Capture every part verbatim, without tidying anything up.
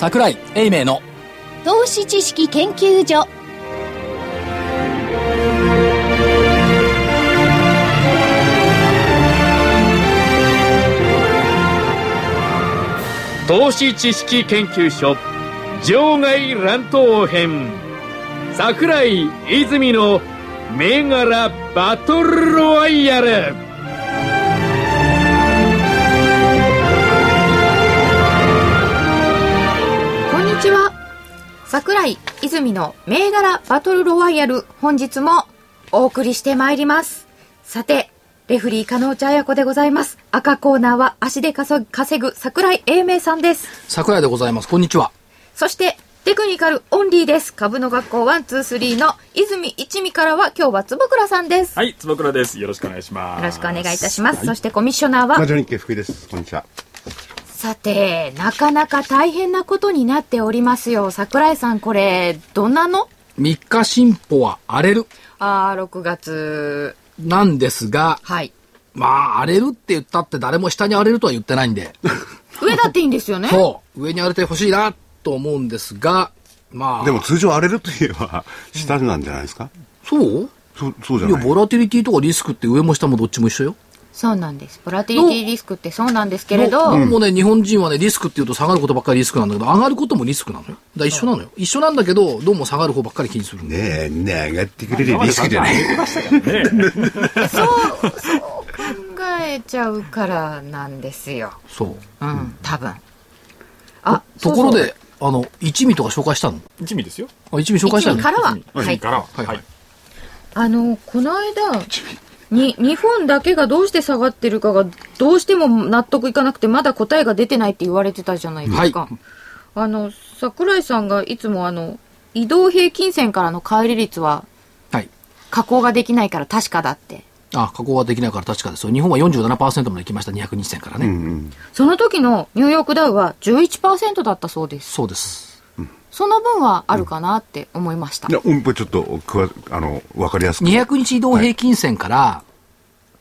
櫻井英明の投資知識研究所。 投資知識研究所場外乱闘編、櫻井泉の銘柄バトルロワイヤル。 こんにちは、櫻井泉の銘柄バトルロワイヤル、本日もお送りしてまいります。さて、レフリー加納茶彩子でございます。赤コーナーは足で稼ぐ櫻井英明さんです。 櫻井でございます。こんにちは。 そしてテクニカルオンリーです。株の学校ワンツースリーの泉一味からは今日は坪倉さんです。 はい、坪倉です。よろしくお願いします。 よろしくお願いいたします。はい、そしてコミッショナーはマジョ日経福井です。こんにちは。 さて、なかなか大変なことになっておりますよ。櫻井さん、これどんなの？ みっか進歩は荒れる。 あー、ろくがつなんですが、 はい、 まあ荒れるって言ったって誰も下に荒れるとは言ってないんで上だっていいんですよね。 そう上に荒れてほしいなと思うんですが、まあでも通常荒れるといえば下なんじゃないですか。 そう？ そ, そうじゃない。 いやボラティリティとかリスクって上も下もどっちも一緒よ。 そうなんです。ボラティリティリスクってそうなんですけれど、 うん、もうね、日本人はね、リスクっていうと下がることばっかりリスクなんだけど、上がることもリスクなのよ。だから一緒なのよ。一緒なんだけど、どうも下がる方ばっかり気にするんだねえ、ねえ、上がってくれるリスクじゃない。 そう、そう考えちゃうからなんですよ。 そう。 うん、多分。あ、 ところで、あの、一味とか紹介したの？ 一味ですよ。 あ、一味紹介したの？ 一味からは。 はい。からは。 はい。はい、 あの、この間、に日本だけがどうして下がってるかがどうしても納得いかなくて、まだ答えが出てないって言われてたじゃないですか。はい、あの櫻井さんがいつもあの移動平均線からの乖離率は加工ができないから確かだって、 はい、あ、加工ができないから確かですよ。日本は よんじゅうななパーセント まで行きました。にひゃくにち線からね、うんうん、 その時のニューヨークダウは じゅういちパーセント だったそうです。 そうです。 その分はあるかなって思いました。 いや、うんぽちょっとくわあの分かりやすく。 にひゃくにち移動平均線から、はい、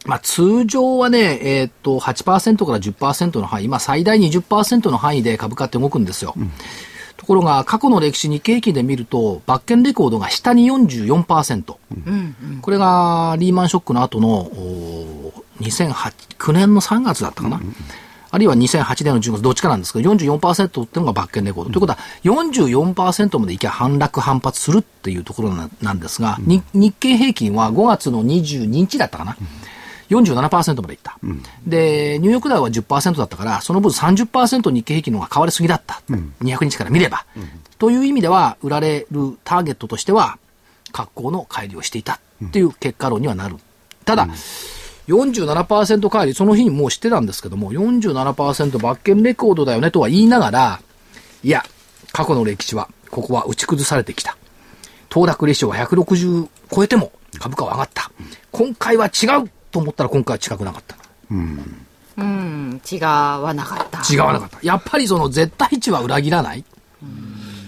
まあ通常はね、えー、っと はちパーセント から じゅっパーセント の範囲、まあ最大 にじゅっパーセント の範囲で株価って動くんですよ。うん、ところが過去の歴史日経平均で見るとバッケンレコードが下に よんじゅうよんパーセント、うんうん、これがリーマンショックの後のにせんきゅうねんのさんがつだったかな、うんうん、あるいはにせんはちねんのじゅうがつ、どっちかなんですけど よんじゅうよんパーセント っていうのがバッケンレコード、うん、ということは よんじゅうよんパーセント までいきゃ反落反発するっていうところな、なんですが、うん、日経平均はごがつのにじゅうににちだったかな、うん、よんじゅうななパーセント までいった、うん、でニューヨークダウは じゅっパーセント だったからその分 さんじゅっパーセント 日経平均の方が買われすぎだった、うん、にひゃくにちから見れば、うん、という意味では売られるターゲットとしては格好の乖離をしていたっていう結果論にはなる。ただ、うん、よんじゅうななパーセント 乖離、その日にもう知ってたんですけども よんじゅうななパーセント バッケンレコードだよねとは言いながら、いや過去の歴史はここは打ち崩されてきた、騰落レシオがひゃくろくじゅう超えても株価は上がった、今回は違うと思ったら今回は違くなかった、 うん、うん違わなかった違わなかったやっぱりその絶対値は裏切らない、 うん、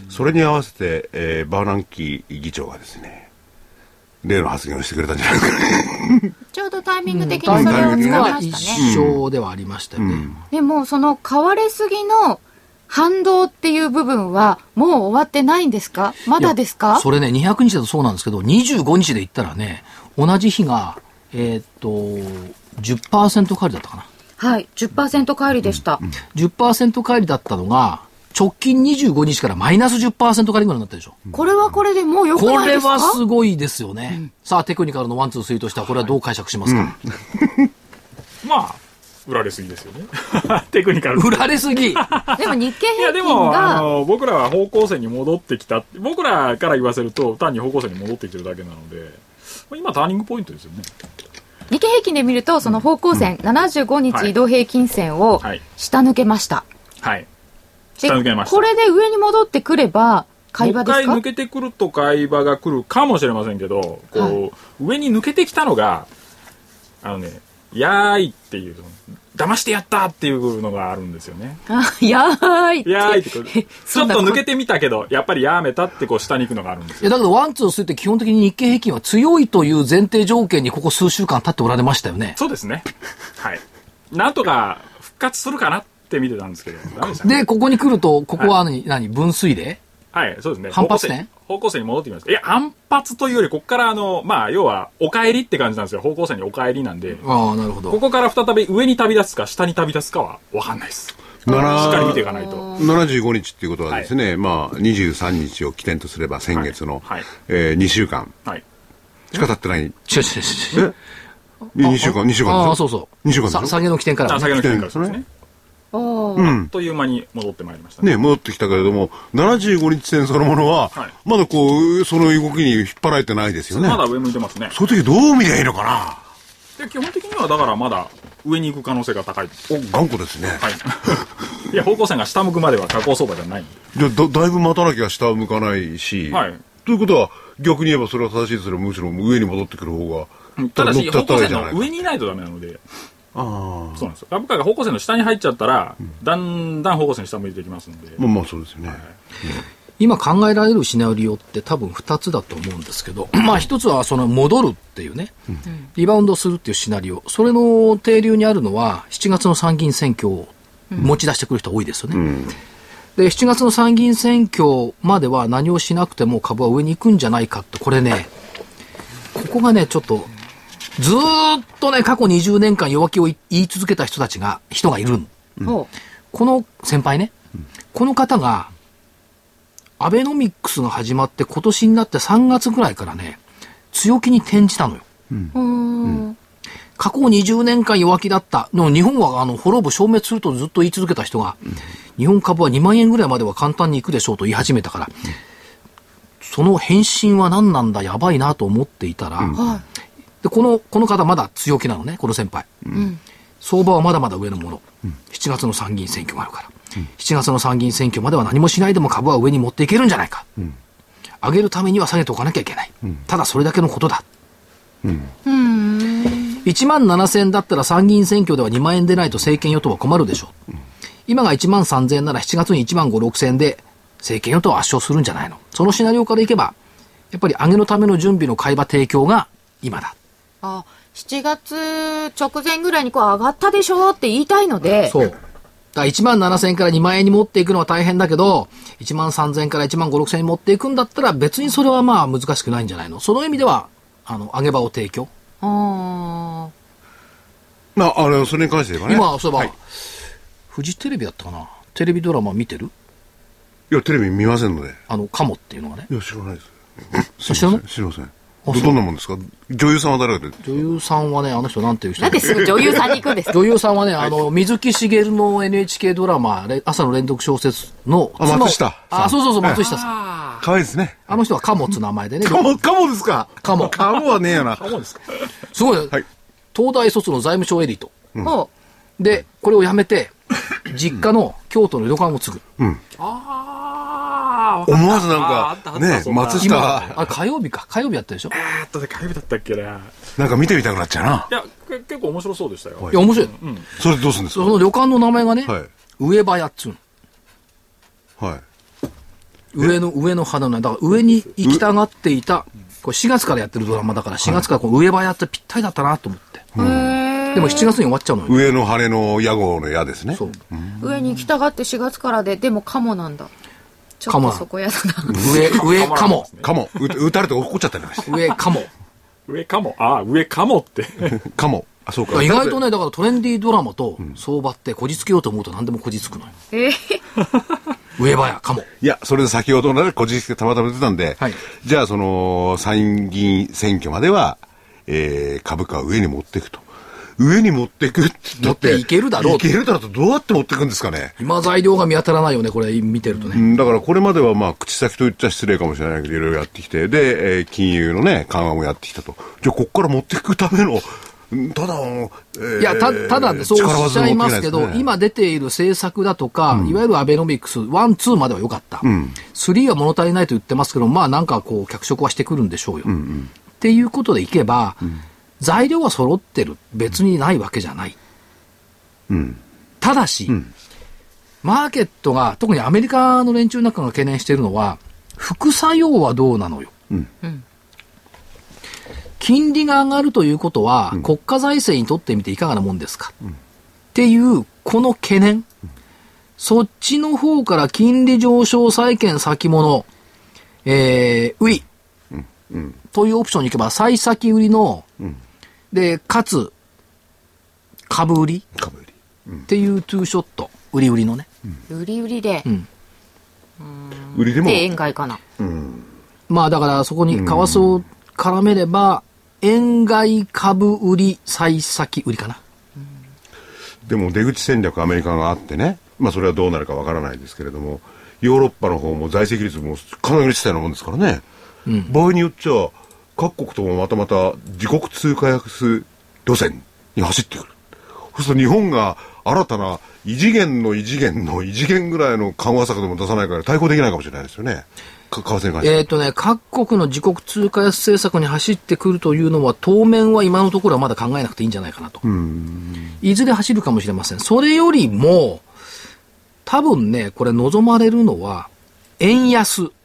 それに合わせて、えー、バーナンキー議長がですね例の発言をしてくれたんじゃないですかねちょうどタイミング的にそれを使いましたね。 一緒ではありましたよね、うん、 でもその買われすぎの反動っていう部分はもう終わってないんですか？まだですか？ それねにひゃくにちだとそうなんですけどにじゅうごにちで言ったらね同じ日がえー、っと じゅっパーセント 乖離だったかな。 はい じゅっパーセント 乖離でした、 うんうん、じゅっパーセント 乖離だったのが直近にじゅうごにちからマイナス じゅっパーセント 乖離ぐらいになったでしょ。 これはこれでもう良くないですか？ これはすごいですよね、うん、さあテクニカルのワンツースリーとしてはこれはどう解釈しますか？はいうん、まあ売られすぎですよねテクニカル売られすぎでも日経平均がいやでもあの僕らは方向性に戻ってきた、僕らから言わせると単に方向性に戻ってきてるだけなので今ターニングポイントですよね。 日経平均で見るとその方向線、うん、ななじゅうごにち移動平均線を下抜けました。 はい、はい、下抜けました。 これで上に戻ってくれば買い場ですか？ もう一回抜けてくると買い場が来るかもしれませんけど、こう、はい、上に抜けてきたのがあのねやーいっていう騙してやったっていうのがあるんですよね。 あやーいってやーいってこうちょっと抜けてみたけどやっぱりやめたってこう下に行くのがあるんですよ。 いやだけどワンツースリーって基本的に日経平均は強いという前提条件にここ数週間経っておられましたよね。 そうですねはいなんとか復活するかなっって見てたんですけど、ダメでしたで、ここに来ると、ここは何、はい、何分水嶺はい、そうですね。 反発点方向性に戻ってきました。いや、反発というより、ここからあの、まあ、要は、お帰りって感じなんですよ。方向性にお帰りなんで。 ああ、なるほど。 ここから再び上に旅立つか、下に旅立つかは分かんないです。しっかり見ていかないと。 ななじゅうごにちっていうことはですね、はい、まあ、にじゅうさんにちを起点とすれば、先月の、はいはい、えー、にしゅうかん。はい。しか経ってない。違う違う違う。 え ?に 週間、にしゅうかんでしょ。 ああ、そうそう。 にしゅうかんでしょ。 下げの起点から、 ね。下げの起点からですね。 あうん、あっという間に戻ってまいりましたね。ね、戻ってきたけれども、ななじゅうごにち線そのものは、はい、まだこう、その動きに引っ張られてないですよね。 まだ上向いてますね。 そういう時どう見りゃいいのかな。 で基本的にはだからまだ上に行く可能性が高い。 お、頑固ですね。 はい。いや、方向線が下向くまでは下降相場じゃないんで。 じゃあ、だ、だいぶ待たなきゃ下向かないし、はい。ということは、逆に言えばそれは正しいとすれば、むしろ上に戻ってくる方が、 ただし、方向線の上にいないとダメなので、あそうなんですよ。株価が方向線の下に入っちゃったら、うん、だんだん方向線下向いていきますので。 まあまあそうですよね。はい、 今考えられるシナリオって多分ふたつだと思うんですけど、まあひとつはその戻るっていうね、うん、リバウンドするっていうシナリオ。それの底流にあるのはしちがつの参議院選挙を持ち出してくる人多いですよね。うん、で、しちがつの参議院選挙までは何をしなくても株は上に行くんじゃないかって、これね、ここがね、ちょっと、ずーっとね、過去にじゅうねんかん弱気を言い続けた人たちが、人がいる、うん、この先輩ね、うん、この方が、アベノミクスが始まって今年になってさんがつぐらいからね、強気に転じたのよ。うんうん、過去にじゅうねんかん弱気だった。でも日本はあの滅ぶ消滅するとずっと言い続けた人が、うん、日本株はにまんえんぐらいまでは簡単に行くでしょうと言い始めたから、うん、その返信は何なんだ、やばいなと思っていたら、うんでこの、この方まだ強気なのね、この先輩。うん、相場はまだまだ上のもの、うん。しちがつの参議院選挙があるから、うん。しちがつの参議院選挙までは何もしないでも株は上に持っていけるんじゃないか。うん、上げるためには下げておかなきゃいけない。うん、ただそれだけのことだ。うん、いちまんななせんだったら参議院選挙ではにまんえんでないと政権与党は困るでしょう。うん、今がいちまんさんぜんえんならしちがつにいちまんごせんろくせんえんで政権与党は圧勝するんじゃないの。そのシナリオからいけば、やっぱり上げのための準備の買い場提供が今だ。 あしちがつ直前ぐらいにこう上がったでしょって言いたいので。 そう。だからいちまんななせんえんからにまんえんに持っていくのは大変だけど、いちまんさんぜんえんからいちまんごせんろくせんえんに持っていくんだったら別にそれはまあ難しくないんじゃないの。その意味では、あの、上げ場を提供。ああ。まあ、あれ、それに関してはね。 今、そういえば、はい、フジテレビだったかな。テレビドラマ見てる？ いや、テレビ見ませんので。 あの、カモっていうのがね。 いや、知らないです。 知らない？ 知りません。どんなもんですか？女優さんは誰が出てる？ 女優さんはね、あの人なんていう人？ なんですぐ女優さんに行くんですか？ 女優さんはね、あの、水木しげるの エヌエイチケー ドラマ、朝の連続小説の、 あ、松下。 あ、そうそうそう、松下さん。 かわいいですね。 あの人はカモっつ名前でね。 カモ、カモですか？ カモ。 カモはねえよな。 カモですか？ すごいよ。はい。東大卒の財務省エリート。うん、で、これを辞めて、実家の京都の旅館を継ぐ。うん。ああ。 思わずなんか、ね、松下。 あ、火曜日か。火曜日やったでしょ？ えーっとね、火曜日だったっけな。 なんか見てみたくなっちゃうな。 いや、結構面白そうでしたよ。 いや、面白い。 うん。それでどうするんですか？ その旅館の名前がね、上羽屋っつうの。はい。上の、上の花の、だから上に行きたがっていた、これしがつからやってるドラマだからしがつからこの上羽屋ってぴったりだったなと思って。でもしちがつに終わっちゃうのよ。 上の羽の屋号の矢ですね。そう。 上に行きたがってしがつからで、でもカモなんだ。ちょっとそこやだな。 上、上カモ。 カモ。打たれて怒っちゃったりして。 上カモ。 上カモ。ああ、上カモって。 カモ。あ、そうか。 意外とね、だからトレンディードラマと相場ってこじつけようと思うと何でもこじつくのよ。え上羽やカモ。 いや、それで先ほどのね、こじつけたまたま出たんで、はい、じゃあその参議院選挙までは、えー、株価を上に持っていくと。上に持っていくって持っていけるだろういけるだろうとどうやって持っていくんですかね。 今材料が見当たらないよね、これ見てるとね。 うん、だからこれまではまあ口先と言っちゃ失礼かもしれないけどいろいろやってきてで、えー、金融のね緩和もやってきたと。じゃあここから持っていくためのただ、えー、いやたただそうおっしゃいますけど、ね、今出ている政策だとか、うん、いわゆるアベノミクスワンツーまでは良かった、うん、スリーは物足りないと言ってますけど、まあなんかこう脚色はしてくるんでしょうよ、うんうん、っていうことでいけば、うん材料は揃ってる。別にないわけじゃない。うん、ただし、うん、マーケットが、特にアメリカの連中なんかが懸念しているのは、副作用はどうなのよ。うん、金利が上がるということは、うん、国家財政にとってみていかがなもんですか。うん、っていう、この懸念。 そっちの方から金利上昇債券先物、えー、売り、うんうん、というオプションに行けば、幸先売りの、うん、で、かつ、株売り、株売り、うん、っていうトゥーショット、売り売りのね。 うん、売り売りで、うん、 売りでも。 で、円買いかな。 うん、まあだからそこに為替を絡めれば、円買い株売り、幸先売りかな。うん、 でも出口戦略アメリカがあってね、まあそれはどうなるかわからないですけれども、ヨーロッパの方も財政規律もかなり小さいようなもんですからね、うん、場合によっちゃ各国ともまたまた自国通貨安路線に走ってくる。そうすると日本が新たな異次元の異次元の異次元ぐらいの緩和策でも出さないから対抗できないかもしれないですよね。為替に関して。 えっとね、各国の自国通貨安政策に走ってくるというのは当面は今のところはまだ考えなくていいんじゃないかなと。うん、いずれ走るかもしれません。それよりも多分ね、これ望まれるのは円安、うん、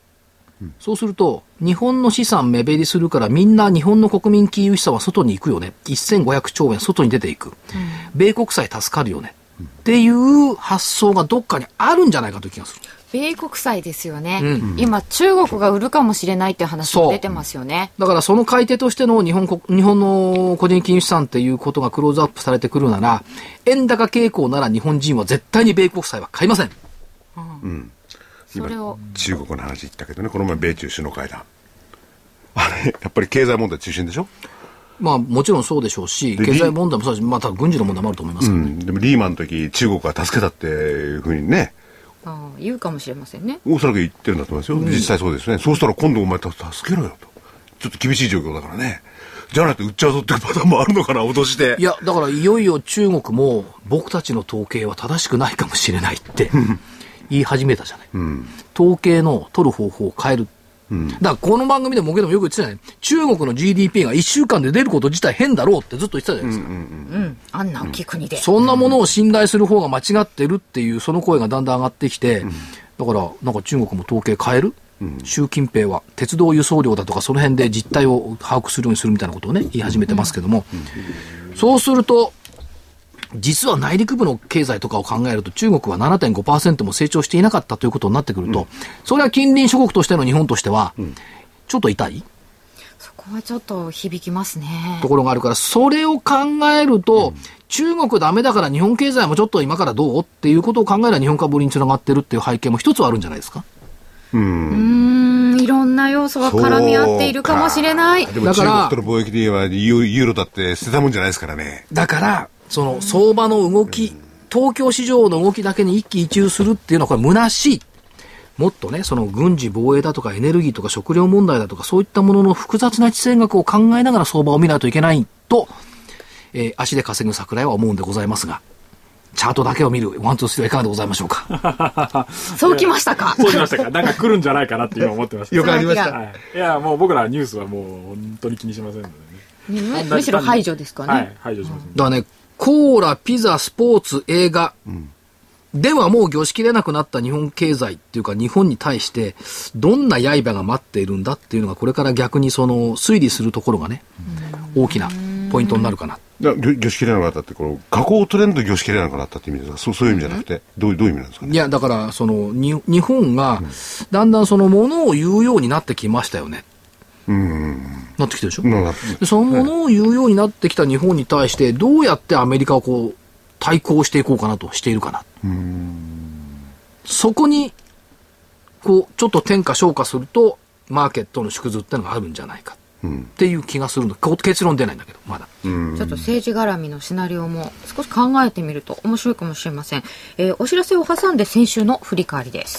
そうすると日本の資産目減りするからみんな日本の国民金融資産は外に行くよね、せんごひゃくちょうえん外に出ていく、うん、米国債助かるよね、うん、っていう発想がどっかにあるんじゃないかという気がする。 米国債ですよね、うん、今中国が売るかもしれないって話も出てますよね。 だからその買い手としての日本、日本の個人金融資産っていうことがクローズアップされてくるなら、円高傾向なら日本人は絶対に米国債は買いません、うんうん、それを中国の話言ったけどね、この前米中首脳会談、あれやっぱり経済問題中心でしょ。 まあもちろんそうでしょうし、経済問題もそうだし、また軍事の問題もあると思いますからね、うん、 でもリーマンの時中国が助けたっていうふうにね、 ああ言うかもしれませんね。 おそらく言ってるんだと思いますよ、うん、実際そうですね。そうしたら今度お前助けろよと、ちょっと厳しい状況だからね、じゃないと売っちゃうぞっていうパターンもあるのかな、脅して。 いやだからいよいよ中国も僕たちの統計は正しくないかもしれないって言い始めたじゃない、うん、統計の取る方法を変える、うん、だからこの番組でも僕でもよく言ってたじゃない、中国の ジーディーピー がいっしゅうかんで出ること自体変だろうってずっと言ってたじゃないですか、うんうんうんうん、あんな大きい国で、 うん、そんなものを信頼する方が間違ってるっていうその声がだんだん上がってきて、うん、だからなんか中国も統計変える、うん、習近平は鉄道輸送量だとかその辺で実態を把握するようにするみたいなことをね言い始めてますけども、うん、そうすると実は内陸部の経済とかを考えると中国は ななてんごパーセント も成長していなかったということになってくると、うん、それは近隣諸国としての日本としては、うん、ちょっと痛い、 そこはちょっと響きますね。 ところがあるから、それを考えると、うん、中国ダメだから日本経済もちょっと今からどうっていうことを考えれば日本株売りにつながってるっていう背景も一つはあるんじゃないですか。 うーん、いろんな要素が絡み合っているかもしれない。 でも中国との貿易で言えばユーロだって捨てたもんじゃないですからね。 だからその相場の動き、東京市場の動きだけに一喜一憂するっていうのはこれ虚しい。もっとね、その軍事防衛だとかエネルギーとか食料問題だとかそういったものの複雑な地政学を考えながら相場を見ないといけないと、えー、足で稼ぐ桜井は思うんでございますが、チャートだけを見るワンツースリーはいかがでございましょうか。 そうきましたか。 そうきましたか。なんか来るんじゃないかなって今思ってました。 よくありました。 はい、いやもう僕らニュースはもう本当に気にしませんのでね。むしろ排除ですかね。 はい、排除します、ね。 だからね、コーラ、ピザ、スポーツ、映画、うん、ではもう御しきれなくなった日本経済っていうか日本に対してどんな刃が待っているんだっていうのがこれから逆にその推理するところがね、大きなポイントになるかな。 御しきれなくなったってこの下降トレンド御しきれなくなったって意味ですか。そう、そういう意味じゃなくて、どう、どういう意味なんですかね。 いやだからそのに日本がだんだんそのものを言うようになってきましたよね。うん、なってきてるでしょ。でそのものを言うようになってきた日本に対してどうやってアメリカをこう対抗していこうかなとしているかな。うーん、そこにこうちょっと転嫁昇華するとマーケットの縮図ってのがあるんじゃないかっていう気がするの。結論出ないんだけどまだ。 ちょっと政治絡みのシナリオも少し考えてみると面白いかもしれません。えー、お知らせを挟んで先週の振り返りです。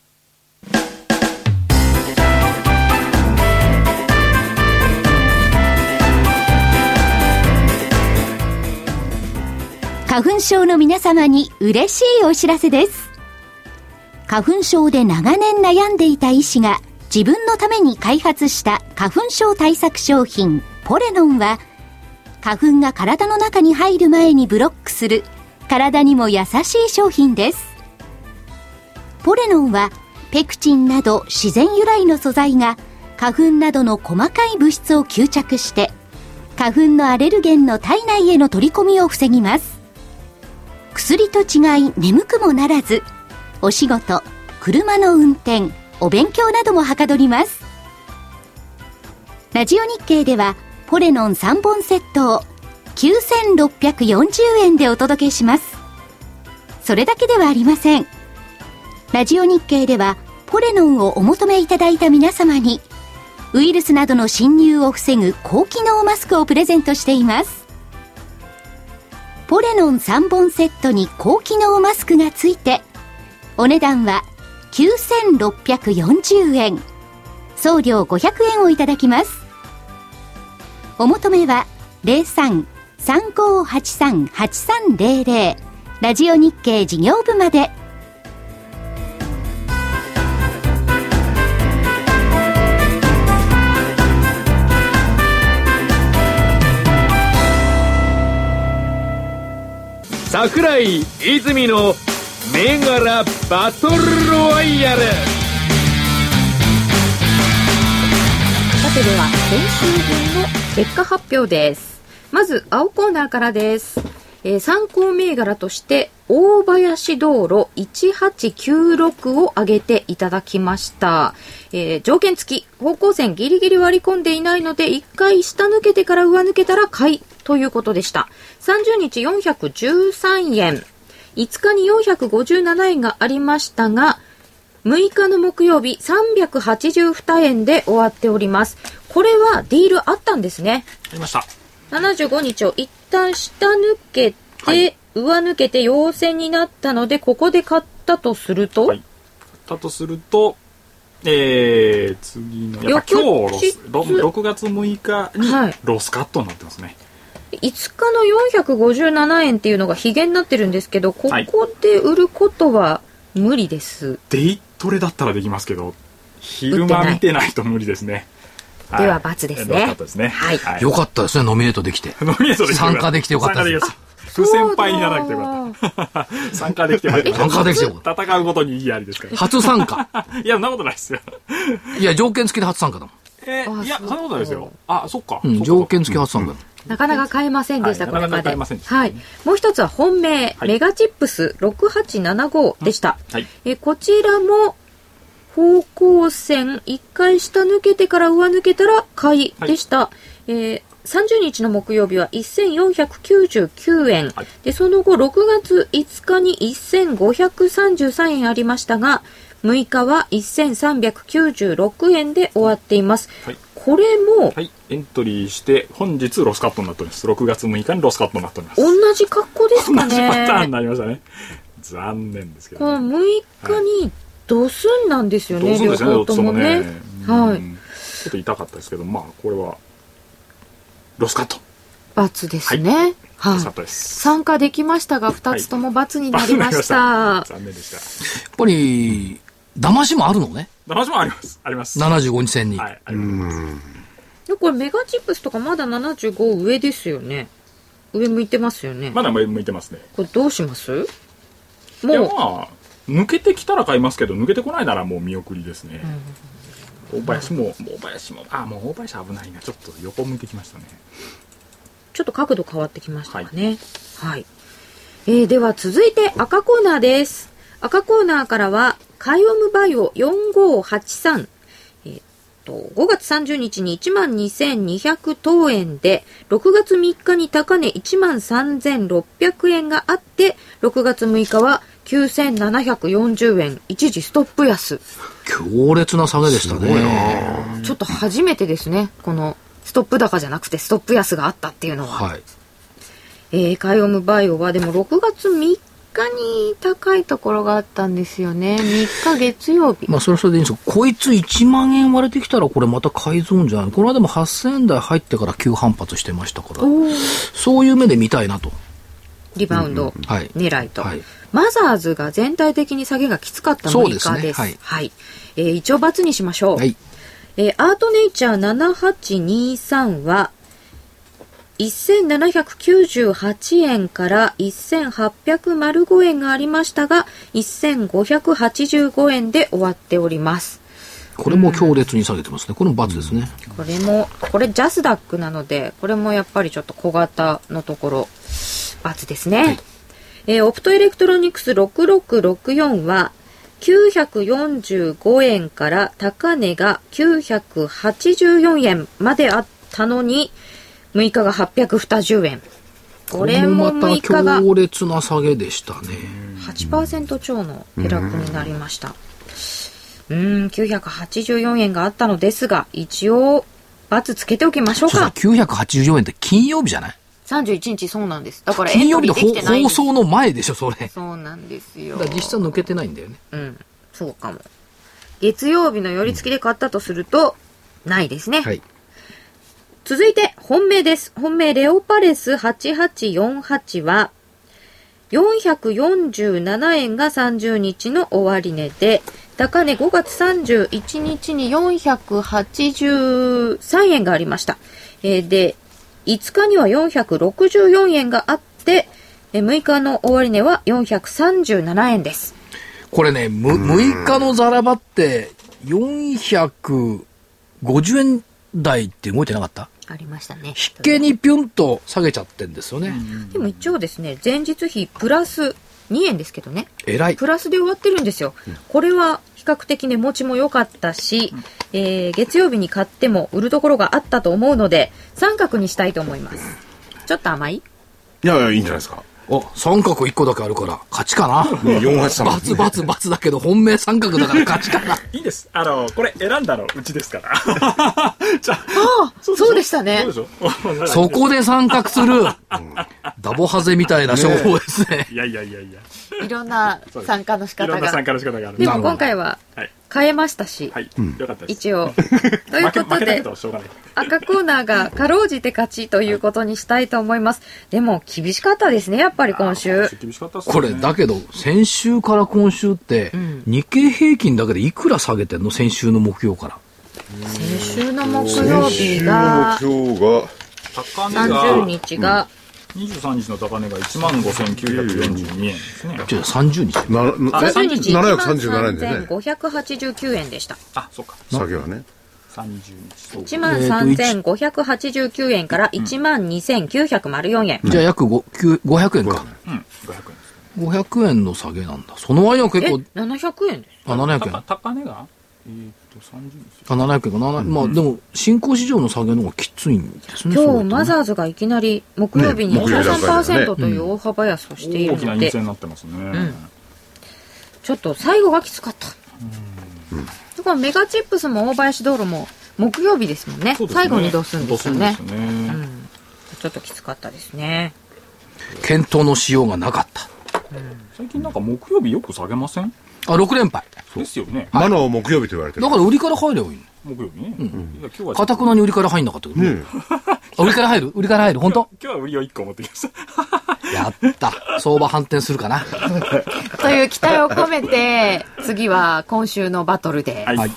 花粉症の皆様に嬉しいお知らせです。花粉症で長年悩んでいた医師が自分のために開発した花粉症対策商品ポレノンは、花粉が体の中に入る前にブロックする体にも優しい商品です。ポレノンはペクチンなど自然由来の素材が花粉などの細かい物質を吸着して花粉のアレルゲンの体内への取り込みを防ぎます。 薬と違い眠くもならず、お仕事、車の運転、お勉強などもはかどります。ラジオ日経ではポレノンさんぼんセットをきゅうせんろっぴゃくよんじゅうえんでお届けします。それだけではありません。ラジオ日経ではポレノンをお求めいただいた皆様にウイルスなどの侵入を防ぐ高機能マスクをプレゼントしています。ポレノンさんぼんセットに高機能マスクがついてお値段はきゅうせんろっぴゃくよんじゅうえん、送料ごひゃくえんをいただきます。お求めは ゼロさん さんごーはちさん はちさんゼロゼロ ラジオ日経事業部まで。 桜井泉の銘柄バトルロワイヤル。 さてでは先週分の結果発表です。まず青コーナーからです。えー、参考銘柄として大林道路いちはちきゅうろくを挙げていただきました。えー、条件付き、方向線ギリギリ割り込んでいないのでいっかい下抜けてから上抜けたら買いということでした。さんじゅうにちよんひゃくじゅうさんえん、いつかによんひゃくごじゅうななえんがありましたが、むいかの木曜日さんびゃくはちじゅうにえんで終わっております。これはディールあったんですね。 ありました。 ななじゅうごにちを一旦下抜けて、はい、上抜けて陽線になったのでここで買ったとすると、はい、 買ったとすると、えー、次のやっぱ今日ロスろくがつむいかにロスカットになってますね、 はい、いつかのよんひゃくごじゅうななえんっていうのがヒゲになってるんですけど、ここで売ることは無理です、はい、 デイトレだったらできますけど昼間見てないと無理ですね。 では×ですね。 ですね。 はいはい、よかったですね、ノミネートできて。 ノミネートできて参加できてよかったです。 不先輩にならなくてよかった。参加できてよかった。 参加できてよかった。 戦うことに意義ありですから。 初参加。 いや、そんなことないですよ。 いや、条件付きで初参加だもん。 えー、いや、そんなことないですよ。あ、そっか。 うん、条件付き初参加、うん。 なかなか買えませんでした、はい、これまで。なかなか買えませんでした、ね。 はい。もう一つは本命、はい、メガチップスろくはちななごでした。うん、はい。え、こちらも、方向線いっかい下抜けてから上抜けたら買いでした、はい。えー、さんじゅうにちの木曜日はせんよんひゃくきゅうじゅうきゅうえん、はい、でその後ろくがついつかにせんごひゃくさんじゅうさんえんありましたが、むいかはせんさんびゃくきゅうじゅうろくえんで終わっています、はい、これも、 はい、エントリーして本日ロスカットになっております。ろくがつむいかにロスカットになっております。 同じ格好ですかね。 同じパターンになりましたね。残念ですけど、ね、 このむいかにドスンなんですよね、はい、両方ともね。はい。 ちょっと痛かったですけど、まあこれはロスカット。 ×ですね。はい。はい、ロスカットです。参加できましたがふたつとも×になりました。 はい、残念でした。やっぱり騙しもあるのね。 騙しもあります。あります。 ななじゅうごにち線に。 はい。あります。 でこれメガチップスとかまだななじゅうご上ですよね。上向いてますよね。 まだ上向いてますね。 これどうします？ もう。いやまあ抜けてきたら買いますけど抜けてこないならもう見送りですね、うん、大林も大林もあもう大林危ないな。ちょっと横向いてきましたね。 ちょっと角度変わってきましたかね。はい、はい。えー、では続いて赤コーナーです。赤コーナーからはカイオムバイオよんごーはちさん、えー、っとごがつさんじゅうにちに いちまんにせんにひゃくとうえんでろくがつみっかに高値 いちまんさんぜんろっぴゃくえんがあってろくがつむいかはきゅうせんななひゃくよんじゅうえん、一時ストップ安。 強烈な下げでしたね。 ちょっと初めてですね、このストップ高じゃなくてストップ安があったっていうのは、はい。えー、カイオムバイオはでもろくがつみっかに高いところがあったんですよね。みっか月曜日。 まあそれはそれでいいんですけど、こいついちまんえん割れてきたらこれまた買いゾーンじゃない。これはでもはっせんえん台入ってから急反発してましたから、そういう目で見たいなと。 リバウンド狙いと、 はいはい、 マザーズが全体的に下げがきつかったむいかです。そうですね、はい、はい。えー、一応×にしましょう。はい。えー、アートネイチャーななはちにさんはせんななひゃくきゅうじゅうはちえんからせんはっぴゃくごえんがありましたがせんごひゃくはちじゅうごえんで終わっております。 これも強烈に下げてますね。これも×ですね。 これもこれジャスダックなのでこれもやっぱりちょっと小型のところ×ですね。はい。 えー、オプトエレクトロニクスろくろくろくよんはきゅうひゃくよんじゅうごえんから高値がきゅうひゃくはちじゅうよんえんまであったのにむいかがはっぴゃくにじゅうえん。これもむいかが強烈な下げでしたね。 はちパーセント 超の下落になりました。うーん、きゅうひゃくはちじゅうよんえんがあったのですが、一応バツつけておきましょうか。 きゅうひゃくはちじゅうよんえんって金曜日じゃない？ さんじゅういちにちそうなんです。だから金曜日の放送の前でしょそれ。 そうなんですよ。 だから実質は抜けてないんだよね。 うん、そうかも。月曜日の寄り付きで買ったとすると、うん、ないですね。はい。続いて本命です。本命レオパレスはちはちよんはちはよんひゃくよんじゅうななえんがさんじゅうにちの終値で、高値ごがつさんじゅういちにちによんひゃくはちじゅうさんえんがありました。えー、でいつかにはよんひゃくろくじゅうよんえんがあって、むいかの終値はよんひゃくさんじゅうななえんです。 これね、むむいかのザラバってよんひゃくごじゅうえん台って動いてなかった？ ありましたね。 引けにピュンと下げちゃってんですよね。 でも一応ですね、前日比プラスにえんですけどね、 えらいプラスで終わってるんですよ。これは比較的ね持ちも良かったし、えー、月曜日に買っても売るところがあったと思うので三角にしたいと思います。ちょっと甘い？ いやいや、いいんじゃないですか。 お、三角いっこだけあるから勝ちかな。 よんはちさんバツバツバツだけど本命三角だから勝ちかな。 いいです。あのこれ選んだのうちですから。 じゃあ、ああ、そうでしたね。 そうでしょ。 そこで三角する、うん、ダボハゼみたいな商法ですね。 いやいやいやいや。 いろんな参加の仕方が。 いろんな参加の仕方がある。 でも今回は変えましたし、 はい、うん、よかったです。 一応ということで赤コーナーがかろうじて勝ちということにしたいと思います。でも厳しかったですね、やっぱり今週。 厳しかったっすね。 これだけど先週から今週って、うん、日経平均だけでいくら下げてんの？先週の木曜から。 先週の木曜日がさんじゅうにちが、 うん、にじゅうさんにちの高値がいちまんごせんきゅうひゃくよんじゅうにえんですね。 じゃあさんじゅうにちなさんじゅうにちいちまんさんぜんななひゃくさんじゅうななえんでね。 ごひゃくはちじゅうきゅうえんでした。 あ、そうか。 下げはね。 さんじゅうにち。 いちまんさんぜんごひゃくはちじゅうきゅうえんからいちまんにせんきゅうひゃくよんえん。 じゃあ約ごひゃくえんか。 うん、ごひゃくえんです。 ごひゃくえんの下げなんだ。その割には結構。 え、ななひゃくえんです。 あ、ななひゃくえん。 高値がえー、っとさんじゅうにち。 あ、ななひゃくえんか。うん、まあでも新興市場の下げの方がきついんですね。 今日マザーズがいきなり木曜日に にじゅうさんパーセント という大幅安をしているので、 大きな陰線になってますね、うん、 ちょっと最後がきつかった。うん、だからメガチップスも大林道路も木曜日ですもん ね, ね最後にどうするんですよ ね, ね、うん、ちょっときつかったですね。 検討のしようがなかった、 うん、最近なんか木曜日よく下げません？ あ、ろくれんぱいですよね。 魔の木曜日と言われてる。 だから売りから入ればいいの。 木曜日ね。うん。 かたくなに売りから入んなかったけど、ね、売りから入る売りから入る本当？ 今日は売りをいっこ持ってきました。 やった相場反転するかなという期待を込めて次は今週のバトルで、はいはい、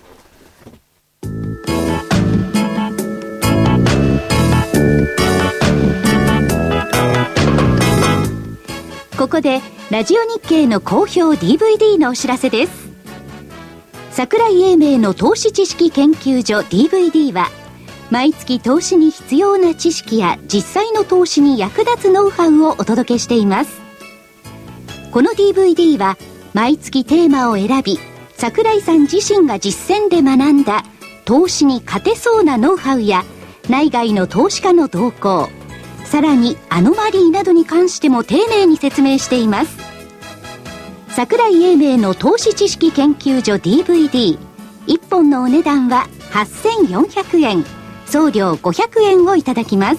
ここでラジオ日経の好評 ディーブイディー のお知らせです。桜井英明の投資知識研究所 ディーブイディー は毎月投資に必要な知識や実際の投資に役立つノウハウをお届けしています。この ディーブイディー は毎月テーマを選び、桜井さん自身が実践で学んだ投資に勝てそうなノウハウや内外の投資家の動向、さらにアノマリーなどに関しても丁寧に説明しています。桜井英明の投資知識研究所 ディーブイディー、 いっぽんのお値段ははっせんよんひゃくえん、送料ごひゃくえんをいただきます。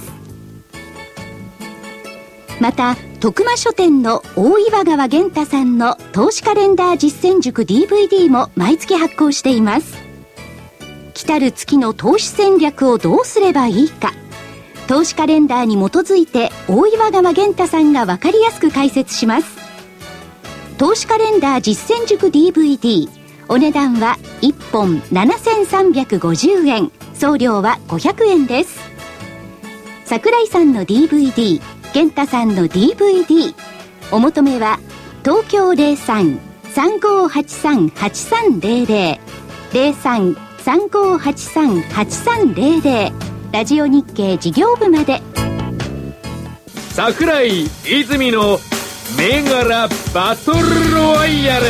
また徳間書店の大岩川源太さんの投資カレンダー実践塾 ディーブイディー も毎月発行しています。来たる月の投資戦略をどうすればいいか、投資カレンダーに基づいて大岩川源太さんが分かりやすく解説します。投資カレンダー実践塾 ディーブイディー、 お値段はいっぽんななせんさんびゃくごじゅうえん、送料はごひゃくえんです。桜井さんの ディーブイディー、 源太さんの ディーブイディー、 お求めは東京 ゼロさん さんごはちさん はちさんゼロゼロ ゼロさん さんごはちさん はちさんゼロゼロ、ラジオ日経事業部まで。 桜井泉の銘柄バトルロワイヤル。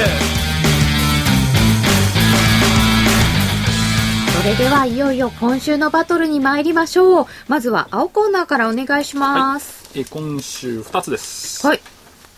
それではいよいよ今週のバトルに参りましょう。まずは青コーナーからお願いします。 はい、え今週ふたつです。 はい。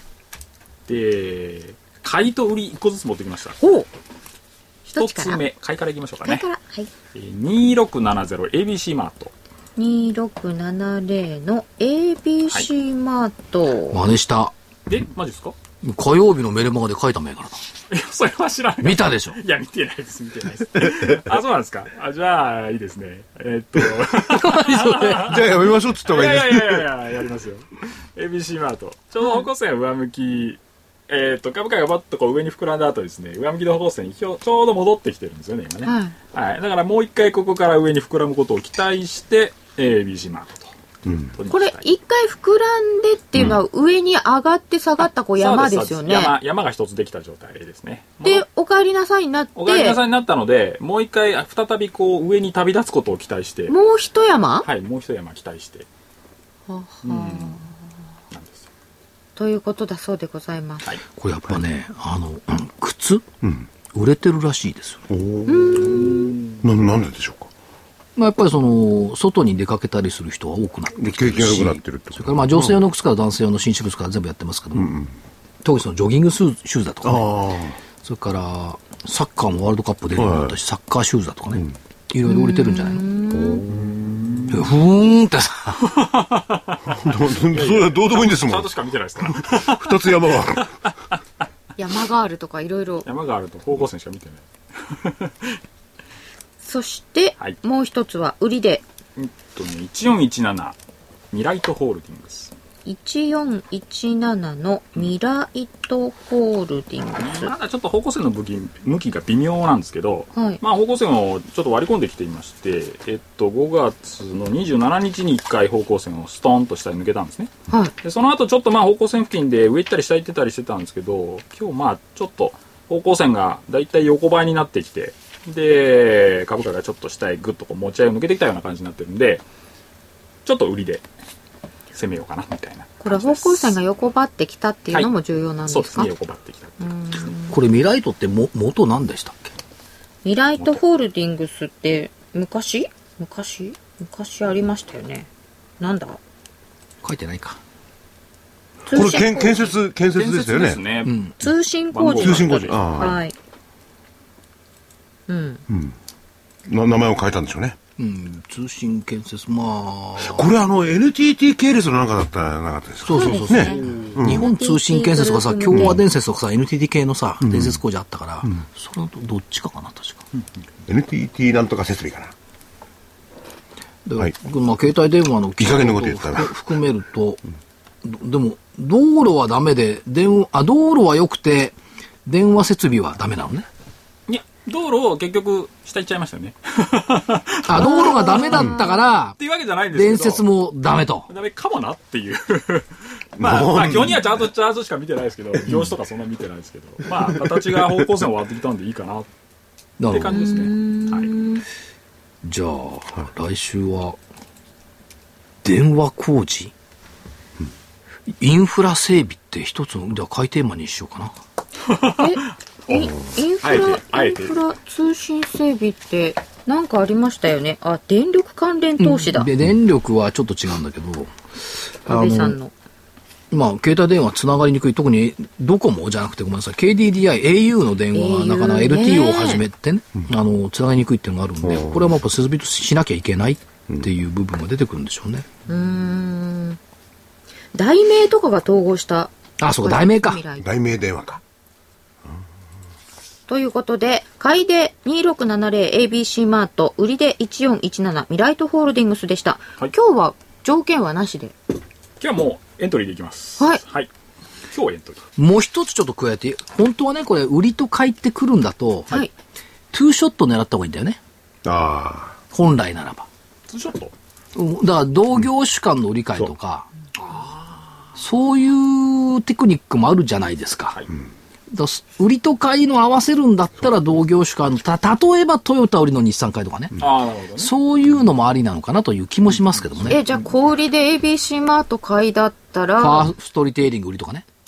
で、買いと売りいっこずつ持ってきました。 おう。 ひとつめ、買いからいきましょうかね。 買いから。はい。 えー、にろくななゼロ エービーシー マート。 にろくななゼロの エービーシー マート。はい、 真似した。 え、マジですか？ 火曜日のメルマガで書いた銘柄だ。 いや、それは知らない。 見たでしょ？ いや、見てないです、見てないです。あ、そうなんですか。あ、じゃあ、いいですね。えー、っと。 じゃあやめましょうって言った方がいいです。 いやいやいやいや、やりますよ。エービーシー マート。ちょうど方向線上向き、えー、っと、株価がバッとこう上に膨らんだ後ですね、上向きの方向線にちょうど戻ってきてるんですよね、今ね。はい。はい、だからもう一回ここから上に膨らむことを期待して、エービーシー マートと。 うん、これ一回膨らんでっていうのは上に上がって下がったこう山ですよね。 山、山が一つできた状態ですね。 で、お帰りなさいになって。 お帰りなさいになったので、もう一回再びこう上に旅立つことを期待して。 もう一山？ はい、もう一山期待して。ははうん、なんですよ。ということだそうでございます。はい、 これやっぱね、あの、靴、うん、売れてるらしいですよ。おな, なんででしょうか。 まあ、やっぱりその外に出かけたりする人は多くなってきてるし、 景気が良くなってるってこと。 それからまあ女性用の靴から男性用の紳士靴から全部やってますけども、うんうん、特にそのジョギングシューズだとかね、それからサッカーもワールドカップでもあったし、サッカーシューズだとかね、いろいろ売れてるんじゃないの。ふーんってさそれはどうでもいいんですもん。 チャートしか見てないですから二つ山が山があるとかいろいろ山があると方向線しか見てないそして、はい、もう一つは売りで、 えっとね、いちよんいちななミライトホールディングスいちよんいちななのミライトホールディングス、 まだちょっと方向線の向き、向きが微妙なんですけど、はい、まあ方向線をちょっと割り込んできていまして、えっと、ごがつのにじゅうしちにちにいっかい方向線をストーンと下に抜けたんですね、はい、でその後ちょっとまあ方向線付近で上行ったり下行ってたりしてたんですけど、今日まあちょっと方向線がだいたい横ばいになってきて、で株価がちょっと下へグッとこう持ち合いを抜けてきたような感じになってるんで、ちょっと売りで攻めようかなみたいな。 これ方向線が横ばってきたっていうのも重要なんですか？はい、 そうですね、横ばってきたっていうですね。 これミライトっても元何でしたっけ？ ミライトホールディングスって昔昔昔ありましたよね。なんだ？ 書いてないか。 これ建建設建設ですよね。 ですね、うん、 通信工事。 通信工事。 ああ、はい。うん。 うん。名前を変えたんでしょうね。 うん、通信建設、まあこれあの エヌティーティー 系列のなんかだったらなかったですか？ そうそうそうそう、ね、うん、日本通信建設がさ、共和伝説とかさ、 エヌティーティー 系のさ、うん、伝説工事あったから、うん、それとどっちかかな確か、うん、 エヌティーティー なんとか設備かな。 で、はい、まあ、携帯電話のいい加減なこと言ったら含めると、うん、でも道路はダメで電話あ道路は良くて電話設備はダメなのね。 いや道路を結局下行っちゃいましたよねあ、道路がダメだったから、うん、 っていうわけじゃないんですけど、 伝説もダメと。 ダメかもなっていうまあ、まあ基本にはチャートチャートしか見てないですけど、業種とかそんな見てないですけどまあ形が方向線を割ってきたんでいいかなって感じですね。はい、 じゃあ来週は電話工事、うん、インフラ整備って一つのでは改テーマにしようかなえインフラ、インフラ通信整備って何かありましたよね。あ、電力関連投資だ、 うん、で電力はちょっと違うんだけど、 安倍さんのまあ携帯電話つながりにくい、特にドコモじゃなくてごめんなさい ケーディーディーアイ エーユー の電話がなかなか エルティーオー を始めてね、うん、あのつながりにくいっていうのがあるんで、うん、これはやっぱ設備としなきゃいけないっていう部分が出てくるんでしょうね。 うーん、題名とかが統合した。 あ、そうか、題名か、 題名電話か。 ということで、買いで にろくななゼロエービーシー マート、売りでいちよんいちななミライトホールディングスでした。はい、今日は条件はなしで。 今日はもうエントリーでいきます。 はい。 はい。今日エントリー。 もう一つちょっと加えて、本当はね、これ売りと買いってくるんだと、はい。ツーショット狙った方がいいんだよね。 ああ。 本来ならば。 ツーショット？ だから同業種間の売り買いとか、うん、そうそういうテクニックもあるじゃないですか。はい、うん、だ売りと買いの合わせるんだったら同業種間のた例えばトヨタ売りの日産買いとかね、うん、あ、なるほどね、そういうのもありなのかなという気もしますけどもね。 え、じゃあ小売りで エービーシー マート買いだったらファーストリテイリング売りとかね。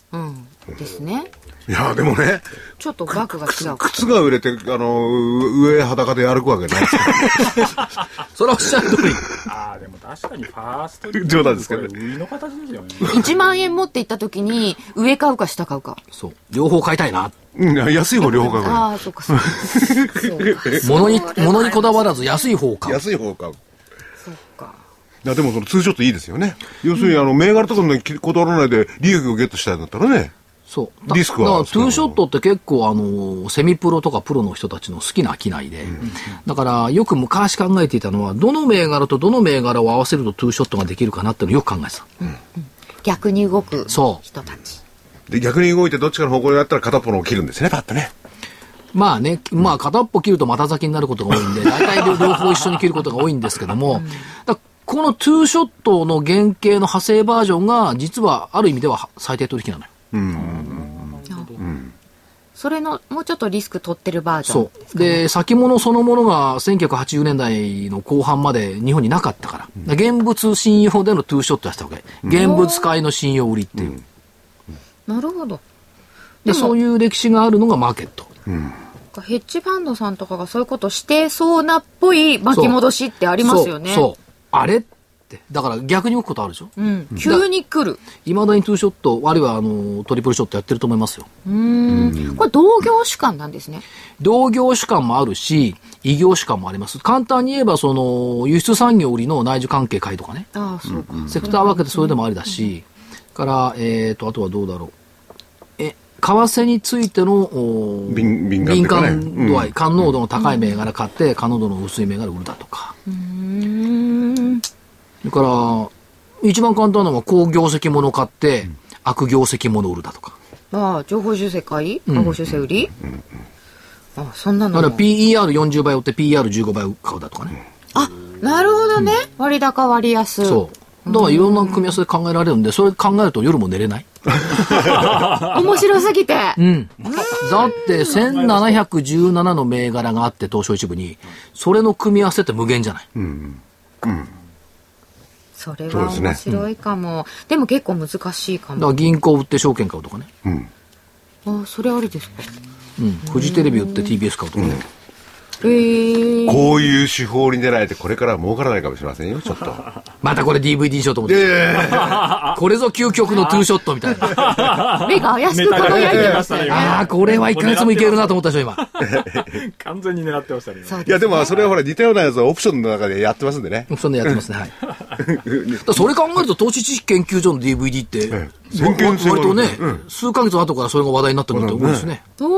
うん、ですね。 いやでもね、 ちょっと額が違う。 靴が売れて、あの上裸で歩くわけないですかそれはおっしゃる通り。 ああ、でも確かにファーストリー冗談ですけどね。 売りの形ですよね。 いちまんえん持って行った時に上買うか下買うか。 そう。両方買いたいな。 うん、安い方両方買う。 ああ、そうかそうか。 物に物にこだわらず安い方を買う。 安い方を買う。 そうか。 いやでもそのツーショットいいですよね。要するにあの銘柄とかにこだわらないで利益をゲットしたいんだったらね。 そうリスクはだからツーショットって結構あのセミプロとかプロの人たちの好きな商いで、うん、だからよく昔考えていたのはどの銘柄とどの銘柄を合わせるとツーショットができるかなっていうのをよく考えてた、うんうん、 逆に動く人たちで逆に動いてどっちかの方向にやったら片っぽのを切るんですねパッとね。 まあね、まあ片っぽ切ると股先になることが多いんで大体両方一緒に切ることが多いんですけども、うん、だこのツーショットの原型の派生バージョンが実はある意味では最低取引なのよ。うんうん、それのもうちょっとリスク取ってるバージョンですかね。 そうで先物そのものがせんきゅうひゃくはちじゅうねんだいの後半まで日本になかったから、うん、現物信用でのツーショットやったわけ、うん、現物買いの信用売りっていう、 うん、なるほど。 でそういう歴史があるのがマーケット、 うん、ヘッジファンドさんとかがそういうことしてそうなっぽい巻き戻しってありますよね。 そうそうそうあれだから逆に動くことあるでしょ、 うん、急に来る。 いまだにツーショットあるいはあのトリプルショットやってると思いますよ。 うーんこれ同業種間なんですね。 同業種間もあるし異業種間もあります。簡単に言えばその輸出産業売りの内需関係買いとかね。 ああそうか、 セクター分けてそれでもありだし、うん、からえーとあとはどうだろうえ為替についての敏敏感、ね、敏感度合い、うん、感濃度の高い銘柄買って、うん、感濃度の薄い銘柄売るだとか。うーんそれから一番簡単なのは好業績物買って、うん、悪業績物売るだとか。 ああ情報修正買い、下方修正売り、うんうん、ああそんなのも。 だから ピーイーアールよんじゅう 倍売って ピーイーアールじゅうご 倍買うだとかね。 あなるほどね、うん、割高割安。 そうだからいろんな組み合わせで考えられるんでそれ考えると夜も寝れない面白すぎて、 うん、だってせんななひゃくじゅうななの銘柄があって東証一部にそれの組み合わせって無限じゃない。うんうんそれは面白いかも。 で,、うん、でも結構難しいかも。 だから銀行売って証券買うとかね、 うん、あそれありですか、 うん、フジテレビ売って ティービーエス 買うとかね、うんえー、こういう手法に出ないとこれからは儲からないかもしれませんよちょっとまたこれ ディーブイディー しようと思って、えー、これぞ究極のツーショットみたいな目が怪しく輝いてましたね。 ああこれはいっかげつもいけるなと思ったでしょ今完全に狙ってましたね。 いやでもそれはほら似たようなやつはオプションの中でやってますんでね。 オプションでやってますねはいだそれ考えると投資知識研究所の ディーブイディー って、ええ、割とね、うん、数ヶ月後からそれが話題になったんだと思うんですね、うん、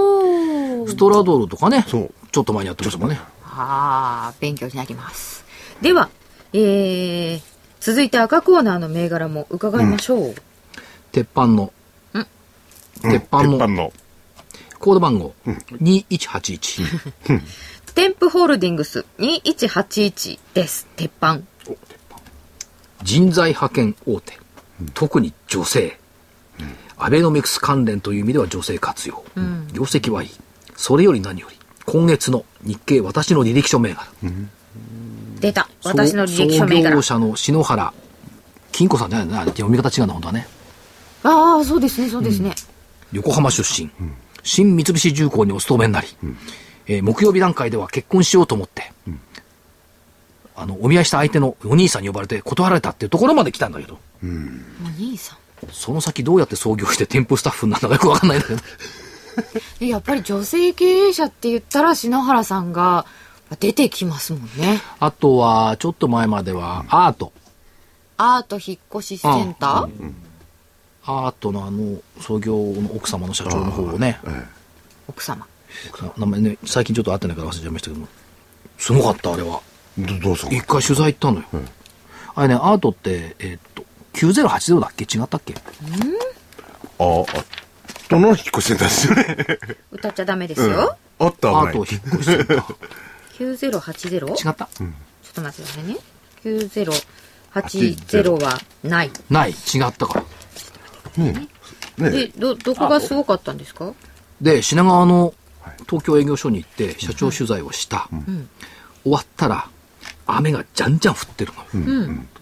ストラドルとかねそうちょっと前にやってましたもんね。 ああ勉強になります。では、えー、続いて赤コーナーの銘柄も伺いましょう、うん、 鉄板の、うん、鉄板の、 鉄板のコード番号、うん、にいちはちいちテンプホールディングスにいちはちいちです。鉄板人材派遣大手、うん、特に女性、うん、アベノミクス関連という意味では女性活用、うん、業績はいい。それより何より今月の日経私の履歴書銘柄、うん、 出た私の履歴書銘柄創業者の篠原金子さんじゃないな読み方違うんだ本当はね。 ああそうですねそうですね、 うん、横浜出身、うん、新三菱重工にお勤めになり、うんえー、木曜日段階では結婚しようと思って、うん、あのお見合いした相手のお兄さんに呼ばれて断られたっていうところまで来たんだけど、うん、 お兄さんその先どうやって創業して店舗スタッフになるのかよく分かんないんだけどやっぱり女性経営者って言ったら篠原さんが出てきますもんね。 あとはちょっと前まではアート、 うん、アート引っ越しセンター、うんうん、 アートのあの創業の奥様の社長の方をね、ええ、 奥様名前ね最近ちょっと会ってないから忘れちゃいましたけどもすごかったあれは。 どどうぞ一回取材行ったのよ、うん、あれねアートってえー、っときゅうぜろはちぜろだっけ違ったっけ。うんああどの引っ越しセンターですよね歌っちゃダメですよ、 うん、あったアート引っ越しセンターきゅうぜろはちぜろ違った、 うん、ちょっと待ってくださいね。きゅうぜろはちぜろはないない違ったから、 うんね、で ど, どこがすごかったんですか。 で品川の東京営業所に行って社長取材をした、うん、終わったら雨がじゃんじゃん降ってるの、うんうん、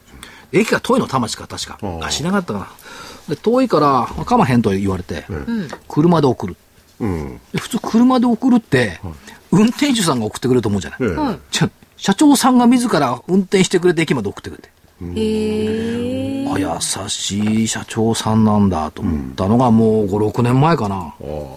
駅が遠いの、田町か確か。あ、しなかったかな。で、遠いから、かまへんと言われて、うん、車で送る。うん、で普通車で送るって、はい、運転手さんが送ってくれると思うじゃない。はい、じゃ社長さんが自ら運転してくれて駅まで送ってくれて。へー。あ、優しい社長さんなんだと思ったのがもうご、ろくねんまえかな。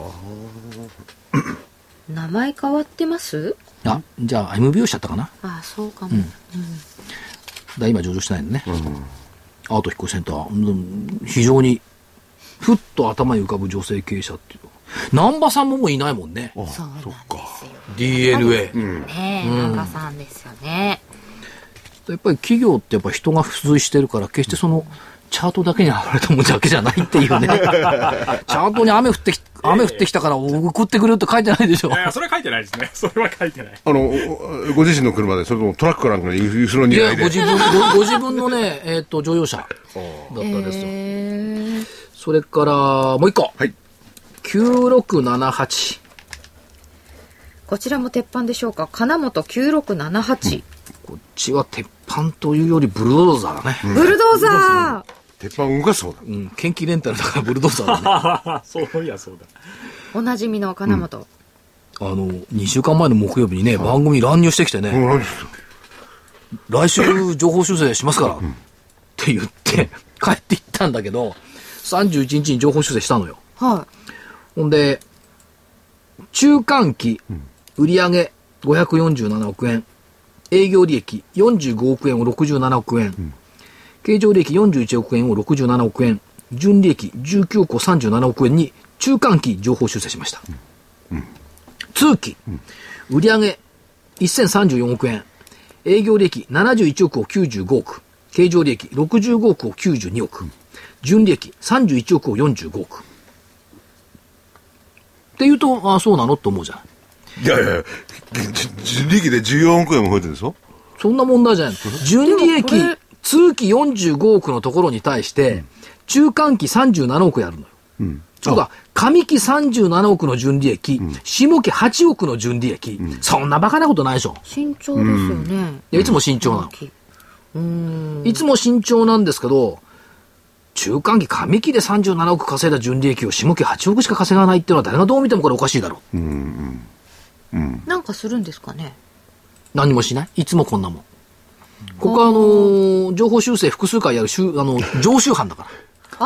名前変わってます？ あ、じゃあ エムビーオー しちゃったかな。 あ、そうかも。うんうん、 だ今上場してないのね。うん、アート引越センター、うん、非常にふっと頭に浮かぶ女性経営者っていうの。南波さんももういないもんね。 ああ、そうなんですよ。 ディーエヌエー、 うん、ねえ、南波さんですよね。 やっぱり企業ってやっぱ人が付随してるから、決してそのチャートだけに現れたもんだけじゃないっていうね。チャートに雨降ってき雨降ってきたから送ってくるって書いてないでしょ。 いやいや、それは書いてないですね。それは書いてない。 あのご自身の車で、それともトラックかなんかの後ろにいや、ご自分 ご, ご自分のね、えっと乗用車だったですよ。えー、それからもう一個。はい。きゅうろくななはち、 こちらも鉄板でしょうか。金本きゅうろくななはち、 うん、こっちは鉄板というよりブルドーザーだね、 うん、ブルドーザー、 鉄板動かすそうだ、 うん、ken気レンタルだからブルドーザーだね。 そういやそうだ、 おなじみの金本、 うん、あのにしゅうかんまえの木曜日にね、番組乱入してきてね、うん、来週情報修正しますから、うん、って言って帰っていったんだけど、さんじゅういちにちに情報修正したのよ。はい。ほんで、中間期、売上ごひゃくよんじゅうななおくえん、営業利益よんじゅうごおくえんをろくじゅうななおくえん、うん、経常利益よんじゅういちおくえんをろくじゅうななおくえん、純利益じゅうきゅうおくさんじゅうななおくえんに中間期情報修正しました。うんうん、通期、うん、売上せんさんじゅうよんおくえん、営業利益ななじゅういちおくをきゅうじゅうごおく、経常利益ろくじゅうごおくをきゅうじゅうにおく、純利益さんじゅういちおくをよんじゅうごおく。って言うと、あ、そうなのって思うじゃない。 いやいや、純利益でじゅうよんおくえんも増えてるんですよ。 そんな問題じゃない。純利益、通期よんじゅうごおくのところに対して、うん、中間期さんじゅうななおくやるのよ。うん。そうか、上期さんじゅうななおくの純利益、うん、下期はちおくの純利益、うん、そんなバカなことないでしょ。 慎重ですよね。うん、 いや、いつも慎重なの。うん、いつも慎重なんですけど、中間期、上期でさんじゅうななおく稼いだ純利益を下期はちおくしか稼がないっていうのは誰がどう見てもこれおかしいだろう。うんうん、なんかするんですかね。 何もしない。いつもこんなもん。ここはあのー、情報修正複数回やるあの常習犯だから。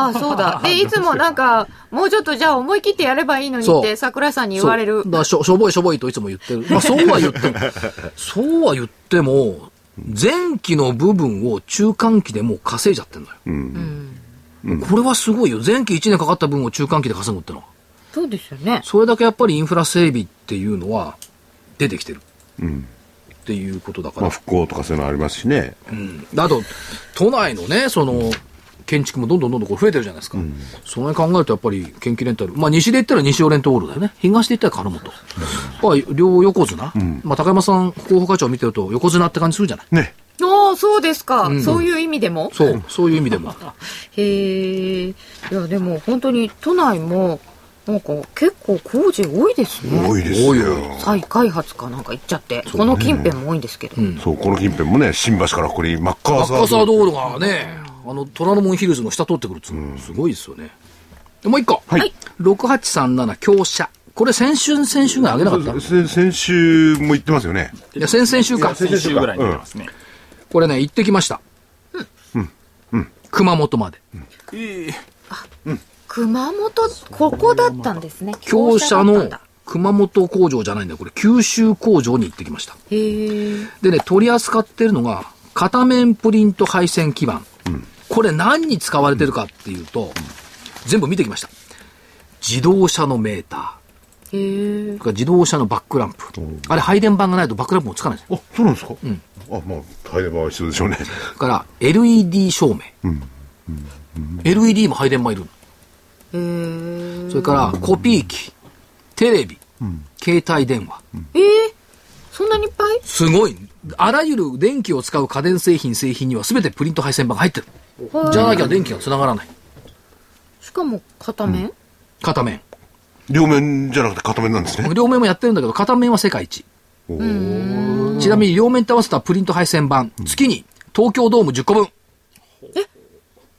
ああ、そうだ。で、いつもなんかもうちょっとじゃあ思い切ってやればいいのにって桜井さんに言われる。 だしょ、しょぼいしょぼいといつも言ってる。まあそうは言ってもそうは言っても前期の部分を中間期でもう稼いじゃってんだよ。うんうん、これはすごいよ。前期いちねんかかった分を中間期で稼ぐってのは。 そうですよね。 それだけやっぱりインフラ整備っていうのは出てきてる、うん、っていうことだから、まあ、 復興とかそういうのありますしね、 うん、あと都内のねその建築もどんどんどんどんこれ増えてるじゃないですか、うん、その辺考えるとやっぱりken気レンタル、まあ西で言ったら西オレントオールだよね、東で言ったら金本、うん、まあ両横綱、うん、まあ高山さん候補課長見てると横綱って感じするじゃないね。 ああ、そうですか、うん、そういう意味でも、 そう、そういう意味でもへえ。いやでも本当に都内もなんか結構工事多いですね。 多いですよ。 再開発かなんか行っちゃって、この近辺も多いんですけど、 うん、そう、この近辺もね、新橋からここにマッカーサーマッカーサー道路がね、あの虎ノ門ヒルズの下通ってくるっつうの、うん、すごいですよね。でもう一個、はい、ろくはちさんなな強者、これ先週先週ぐらい上げなかった？ 先週も言ってますよね。 いや先々週か。 先週ぐらいに言ってますね、うん、 これね行ってきました。うんうん、熊本まで。うん、 えー、あ、うん。熊本、ここだったんですね。 強者の熊本工場じゃないんだよ。これ九州工場に行ってきました。へー。でね、取り扱ってるのが片面プリント配線基板、うん、これ何に使われてるかっていうと、うん、全部見てきました。自動車のメーター、へー、自動車のバックランプ、あれ配電盤がないとバックランプもつかないですよ。 あ、そうなんですか。うん。あ、まあ配電盤は必要でしょうね。 から エルイーディー 照明、うんうん、エルイーディー も配電盤いる。へー。それからコピー機、テレビ、うん、携帯電話、うん、 えー、そんなにいっぱい？ すごい。あらゆる電気を使う家電製品製品には全てプリント配線板が入ってる。じゃなきゃ電気がつながらない。 しかも片面、うん、 片面、 両面じゃなくて片面なんですね。 両面もやってるんだけど片面は世界一。おちなみに両面と合わせたプリント配線板、うん、月に東京ドームじゅっこぶん。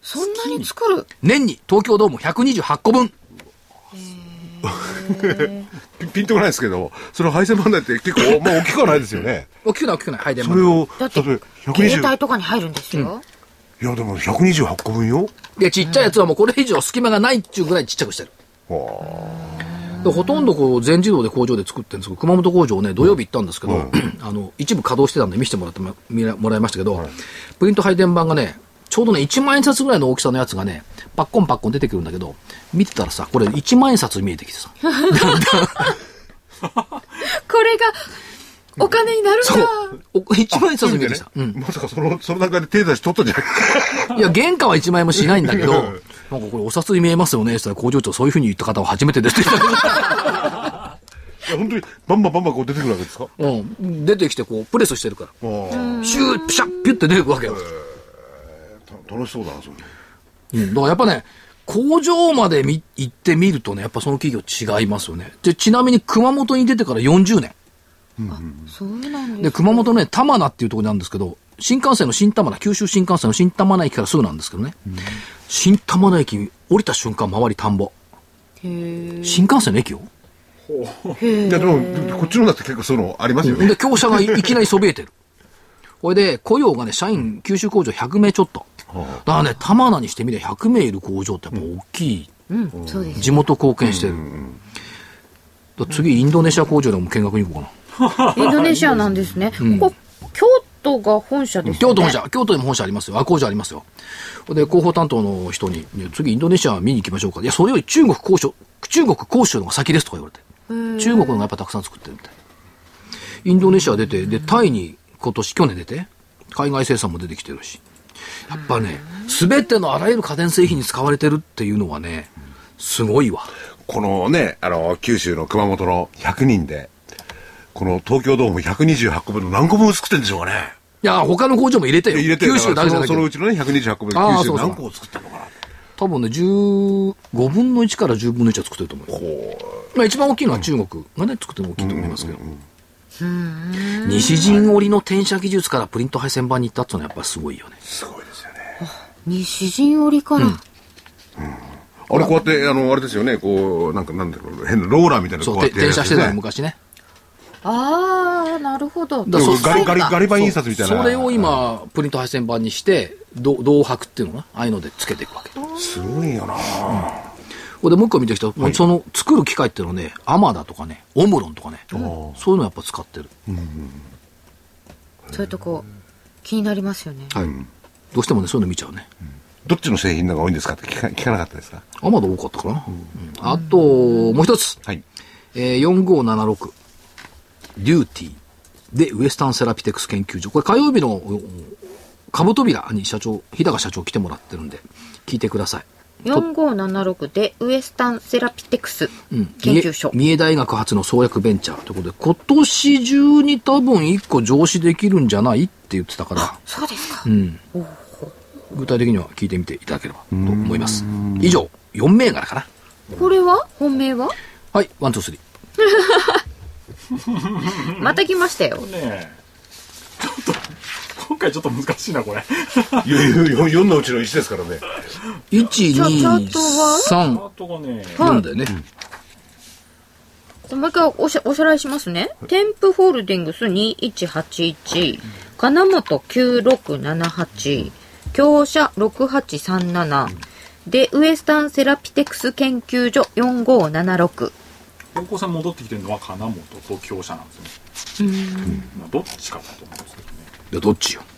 そんなに作る？ 年に東京ドームひゃくにじゅうはちこぶん。 ピ, ピンとこないですけど、その配線盤内って結構、まあ大きくはないですよね。 大きくない大きくない、配電盤。 それを、 だって携帯とかに入るんですよ。 うん、いやでもひゃくにじゅうはちこぶんよ。 いや、ちっちゃいやつはもうこれ以上隙間がないっていうぐらいちっちゃくしてる。でほとんどこう全自動で工場で作ってるんですけど、熊本工場ね、土曜日行ったんですけど、うん、あの一部稼働してたんで見せてもらってもらいましたけど、はい、プリント配電盤がね、ちょうどねいちまんえん札ぐらいの大きさのやつがね、パッコンパッコン出てくるんだけど、見てたらさ、これいちまんえん札見えてきてさ。これがお金になるんだ。 そういちまんえん札見えてきた。 うん、まさかそのその段階で手出し取ったんじゃない？ いや原価はいちまんえんもしないんだけど、なんかこれお札に見えますよねって言ったら、工場長そういうふうに言った方は初めてですって言った。 いや本当にバンバンバンバンこう出てくるわけですか？ うん、出てきてこうプレスしてるから、シューピシャッピュッて出てくるわけよ。 楽しそうだなそれ。うん、だからやっぱね、工場までみ行ってみるとね、やっぱその企業違いますよね。でちなみに熊本に出てからよんじゅうねん。 あ、そうなんです。 で熊本ね、玉名っていうところなんですけど、新幹線の新玉名、九州新幹線の新玉名駅からすぐなんですけどね、うん、新玉名駅に降りた瞬間周り田んぼ。へ新幹線の駅よ。 へいやでもこっちのだって結構そういうのありますよね。 で業者が い, いきなりそびえてる。これで雇用がね、社員九州工場ひゃくめいちょっと。だからね、玉名にしてみればひゃくめいいる工場ってやっぱ大きい、 うんうん、そうです。 地元貢献してる、うんうん、次インドネシア工場でも見学に行こうかな。 インドネシアなんですね、うん、ここ京都が本社ですよね。 京都本社、京都でも本社ありますよ。あ、工場ありますよ。で広報担当の人に、次インドネシア見に行きましょうか。いや、それより中国交渉中国杭州の方が先ですとか言われて、中国の方がやっぱたくさん作ってるみたい。インドネシア出て、でタイに今年去年出て、海外生産も出てきてるし、やっぱね、すべてのあらゆる家電製品に使われてるっていうのはね、すごいわ。 このね、あの九州の熊本のひゃくにんでこの東京ドームひゃくにじゅうはちこぶんの何個分作ってるんでしょうかね。 いや他の工場も入れてよ。 入れて九州だけじゃなくて、 そのうちのねひゃくにじゅうはちこぶんで九州何個を作ってるのかな。 多分ねじゅうごぶんのいちからじゅうぶんのいちは作ってると思うよ。まあ一番大きいのは中国がね作ってるの大きいと思いますけど、うんうんうんうん、西陣織の転写技術からプリント配線版に行ったっていうのはやっぱりすごいよね。 すごいですよね。 西陣織から、うんうん、 あれこうやってあのあれですよね、こうなんかなんだろう、変なローラーみたいなのこうやって、 ね、転写してたの昔ね。 ああ、なるほど。 だガリガリガリ版印刷みたいな。 そ, それを今プリント配線版にして銅箔っていうのがああいうのでつけていくわけ。 すごいよな。 これでもう一個見てきた、はい、その作る機械っていうのはね、アマダとかね、オムロンとかね、うん、そういうのやっぱ使ってる、うんうん、 そういうとこ気になりますよね、 はい、どうしてもねそういうの見ちゃうね、うん、 どっちの製品のが多いんですかって聞か、聞かなかったですか。 アマダ多かったかな、うんうん、あともう一つ、はい、えー、よんごーななろくデューティーでウエスタンセラピテクス研究所、これ火曜日の株扉に社長日高社長来てもらってるんで聞いてください。 よんごーななろくでウエスタンセラピテクス研究所、 うん、三重大学発の創薬ベンチャーということで、今年中に多分いっこ上市できるんじゃないって言ってたから。 あ、そうですか、 うん、具体的には聞いてみていただければと思います。以上よんめいがらかな。 これは本命ははい、ワンツースリーまた来ましたよね。ちょっと今回ちょっと難しいなこれ。 よんのうちのいちですからね。 いち、に、さん、よんだよね。 もう一回おしゃ、おさらいしますね。テンプホールディングスにいちはちいち、金本きゅうろくななはち、強者ろくはちさんなな、で、ウエスタンセラピテクス研究所よんごーななろく。 方向線戻ってきてるのは金本と強者なんですね。うん、まあ、どっちかだと思うんですけどね。 いや、どっちよ。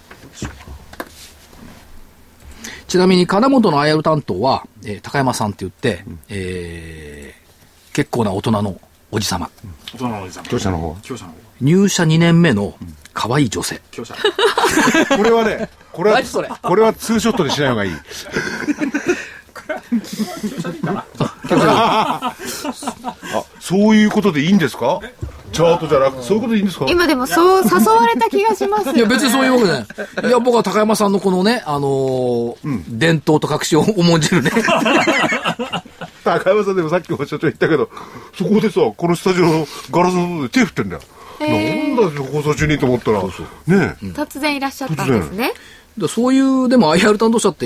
ちなみに金本の アイアール 担当は、えー、高山さんって言って、うん、えー、結構な大人のおじさま、 うん、大人のおじさま、 強者の方、 強者の方、 入社にねんめの可愛い女性、 強者これはね、これはそれこれはツーショットでしない方がいい。あ、そういうことでいいんですか。チャートじゃなくてそういうことでいいんですか。 今でもそう誘われた気がしますよ、ね、 いや別にそういうわけじゃない。いや僕は高山さんのこのね、あのーうん、伝統と革新を重んじるね。 高山さんでもさっきも社長言ったけど、そこでさこのスタジオのガラスの外で手振ってんだよ。なんだよ放送中にと思ったら、そうそうね、 うん、突然いらっしゃったんですね。 だそういうでも アイアール 担当者ってい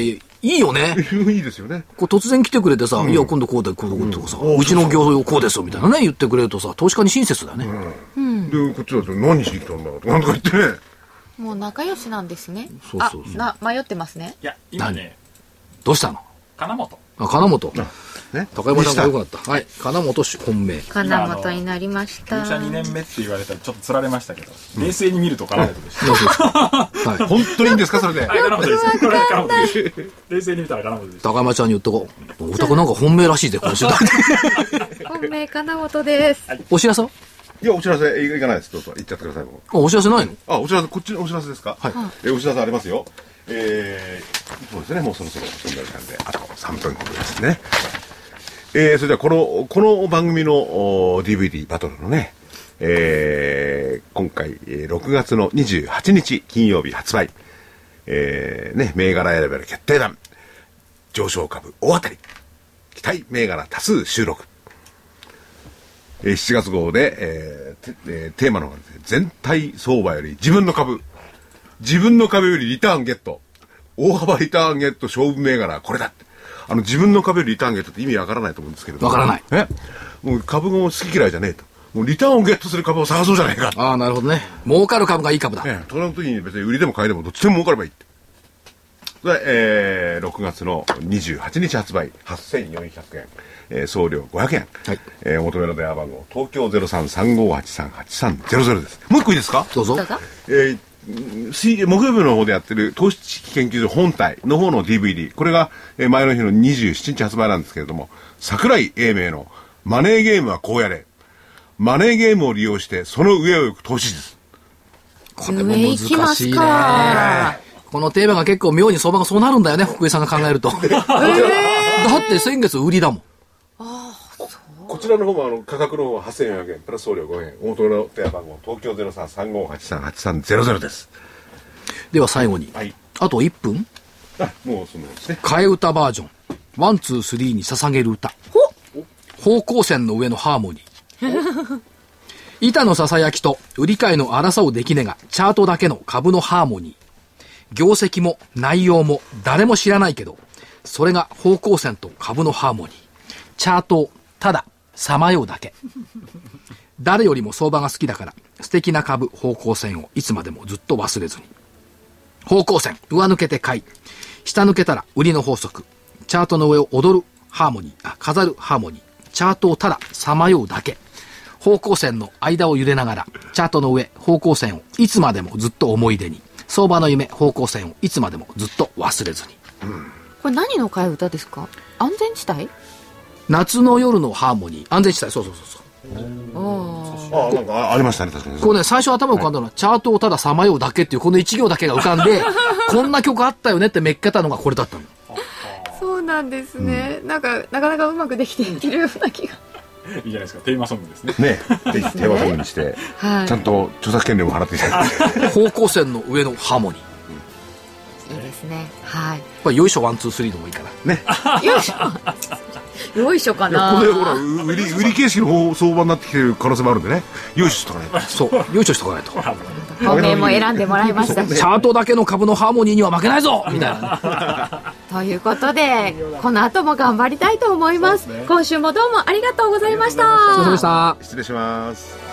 いいよね。 いいですよね。 こう突然来てくれてさ、うん、いや、今度こうで、こうで、こうでとかさ、うちの業用こうですよ、みたいなね、言ってくれるとさ、投資家に親切だよね。 うん。で、こっちだと何しに来たんだろうとか、なんとか言ってね。 もう仲良しなんですね。 そうそうそう。 あ、な、迷ってますね。 いや、今ね。 どうしたの？ 金本。 あ、金本。 ね、 高山さんが良くなった。はい。金本本命。 金本になりました。 入社にねんめって言われたらちょっと釣られましたけど、うん、冷静に見ると金本でした。 はい。 本当にいいんですかそれで。 はい、金本です。これ金本です。冷静に見たら金本です。 高山ちゃんに言っとこう。お宅なんか本命らしいぜ、今週。 本命金本です。 はい、お知らせは？ いや、お知らせいかないです。どうぞ。言っちゃってください。もうあ、お知らせないの？ あ、お知らせ、こっちのお知らせですか？ はい。 えー、お知らせありますよ。えー、そうですね。もうそろそろそんな時間で、あとさんぷんほどですね。えー、それではこの、この番組の ディーブイディー バトルのね、えー、今回、ろくがつのにじゅうはちにち金曜日発売、えー、ね、銘柄選べる決定弾、上昇株大当たり、期待銘柄多数収録。えー、しちがつ号で、えーえー、テーマの方がですね、全体相場より自分の株、自分の株よりリターンゲット、大幅リターンゲット勝負銘柄これだって。あの自分の株よりリターンゲットって意味わからないと思うんですけれども。 わからない。 えもう株も好き嫌いじゃねえと。もうリターンをゲットする株を探そうじゃないか。 ああ、なるほどね。儲かる株がいい株だ。 ええ、その時に別に売りでも買いでもどっちでも儲かればいいって。で、えー、ろくがつのにじゅうはちにち発売、はっせんよんひゃくえん。えー、送料ごひゃくえん。はい。えー、お求めの電話番号、東京 ゼロさんさんごはちさんはちさんゼロゼロ です。もう一個いいですか？ どうぞ。 えー木曜日の方でやってる投資知識研究所本体の方の ディーブイディー、これが前の日のにじゅうしちにち発売なんですけれども、桜井英明のマネーゲームはこうやれ、マネーゲームを利用してその上を行く投資術。 これも難しいね。このテーマが結構妙に相場がそうなるんだよね、福井さんが考えると。えー、だって先月売りだもん。 こちらの方もあの価格の方ははっせんよんひゃくえんプラス送料ごえん、お求めの電話番号東京 ゼロさんさんごはちさんはちさんゼロゼロ です。 では最後に、はい、あといっぷん。 あ、もうそのですね。 替え歌バージョンワンツースリーに捧げる歌、方向線の上のハーモニー板のささやきと売り買いの争う出来値がチャートだけの株のハーモニー、業績も内容も誰も知らないけどそれが方向線と株のハーモニー、チャートをたださまようだけ。誰よりも相場が好きだから素敵な株方向線をいつまでもずっと忘れずに。方向線上抜けて買い、下抜けたら売りの法則、チャートの上を踊るハーモニー、あ飾るハーモニー、チャートをたださまようだけ。方向線の間を揺れながらチャートの上方向線をいつまでもずっと思い出に、相場の夢方向線をいつまでもずっと忘れずに、 うん、これ何の替え歌ですか？安全地帯？ 夏の夜のハーモニー、安全地帯、そうそうそうそう。 ああ、なんかありましたね、確かに。 これね、最初頭浮かんだのは、はい、チャートをたださまようだけっていうこの一行だけが浮かんでこんな曲あったよねってめっけたのがこれだったの。 そうなんですね、うん、なんかなかなかうまくできているような気がいいじゃないですか、テーマソングですね。 ね、ぜひテーマソングにして、はい、ちゃんと著作権料も払っていただいて方向線の上のハーモニー、うん、いいですね。はい。 まあ、よいしょワンツースリーでもいいからね。 よいしょよいしょかな。 これほら売り売り形式の相場になってきてる可能性もあるんでね、よいしょしとかないと。 そうよいしょしとかないと。 本命も選んでもらいました。 チャートだけの株のハーモニーには負けないぞみたいな。ということでこの後も頑張りたいと思います。今週もどうもありがとうございました。 失礼しました。 失礼します。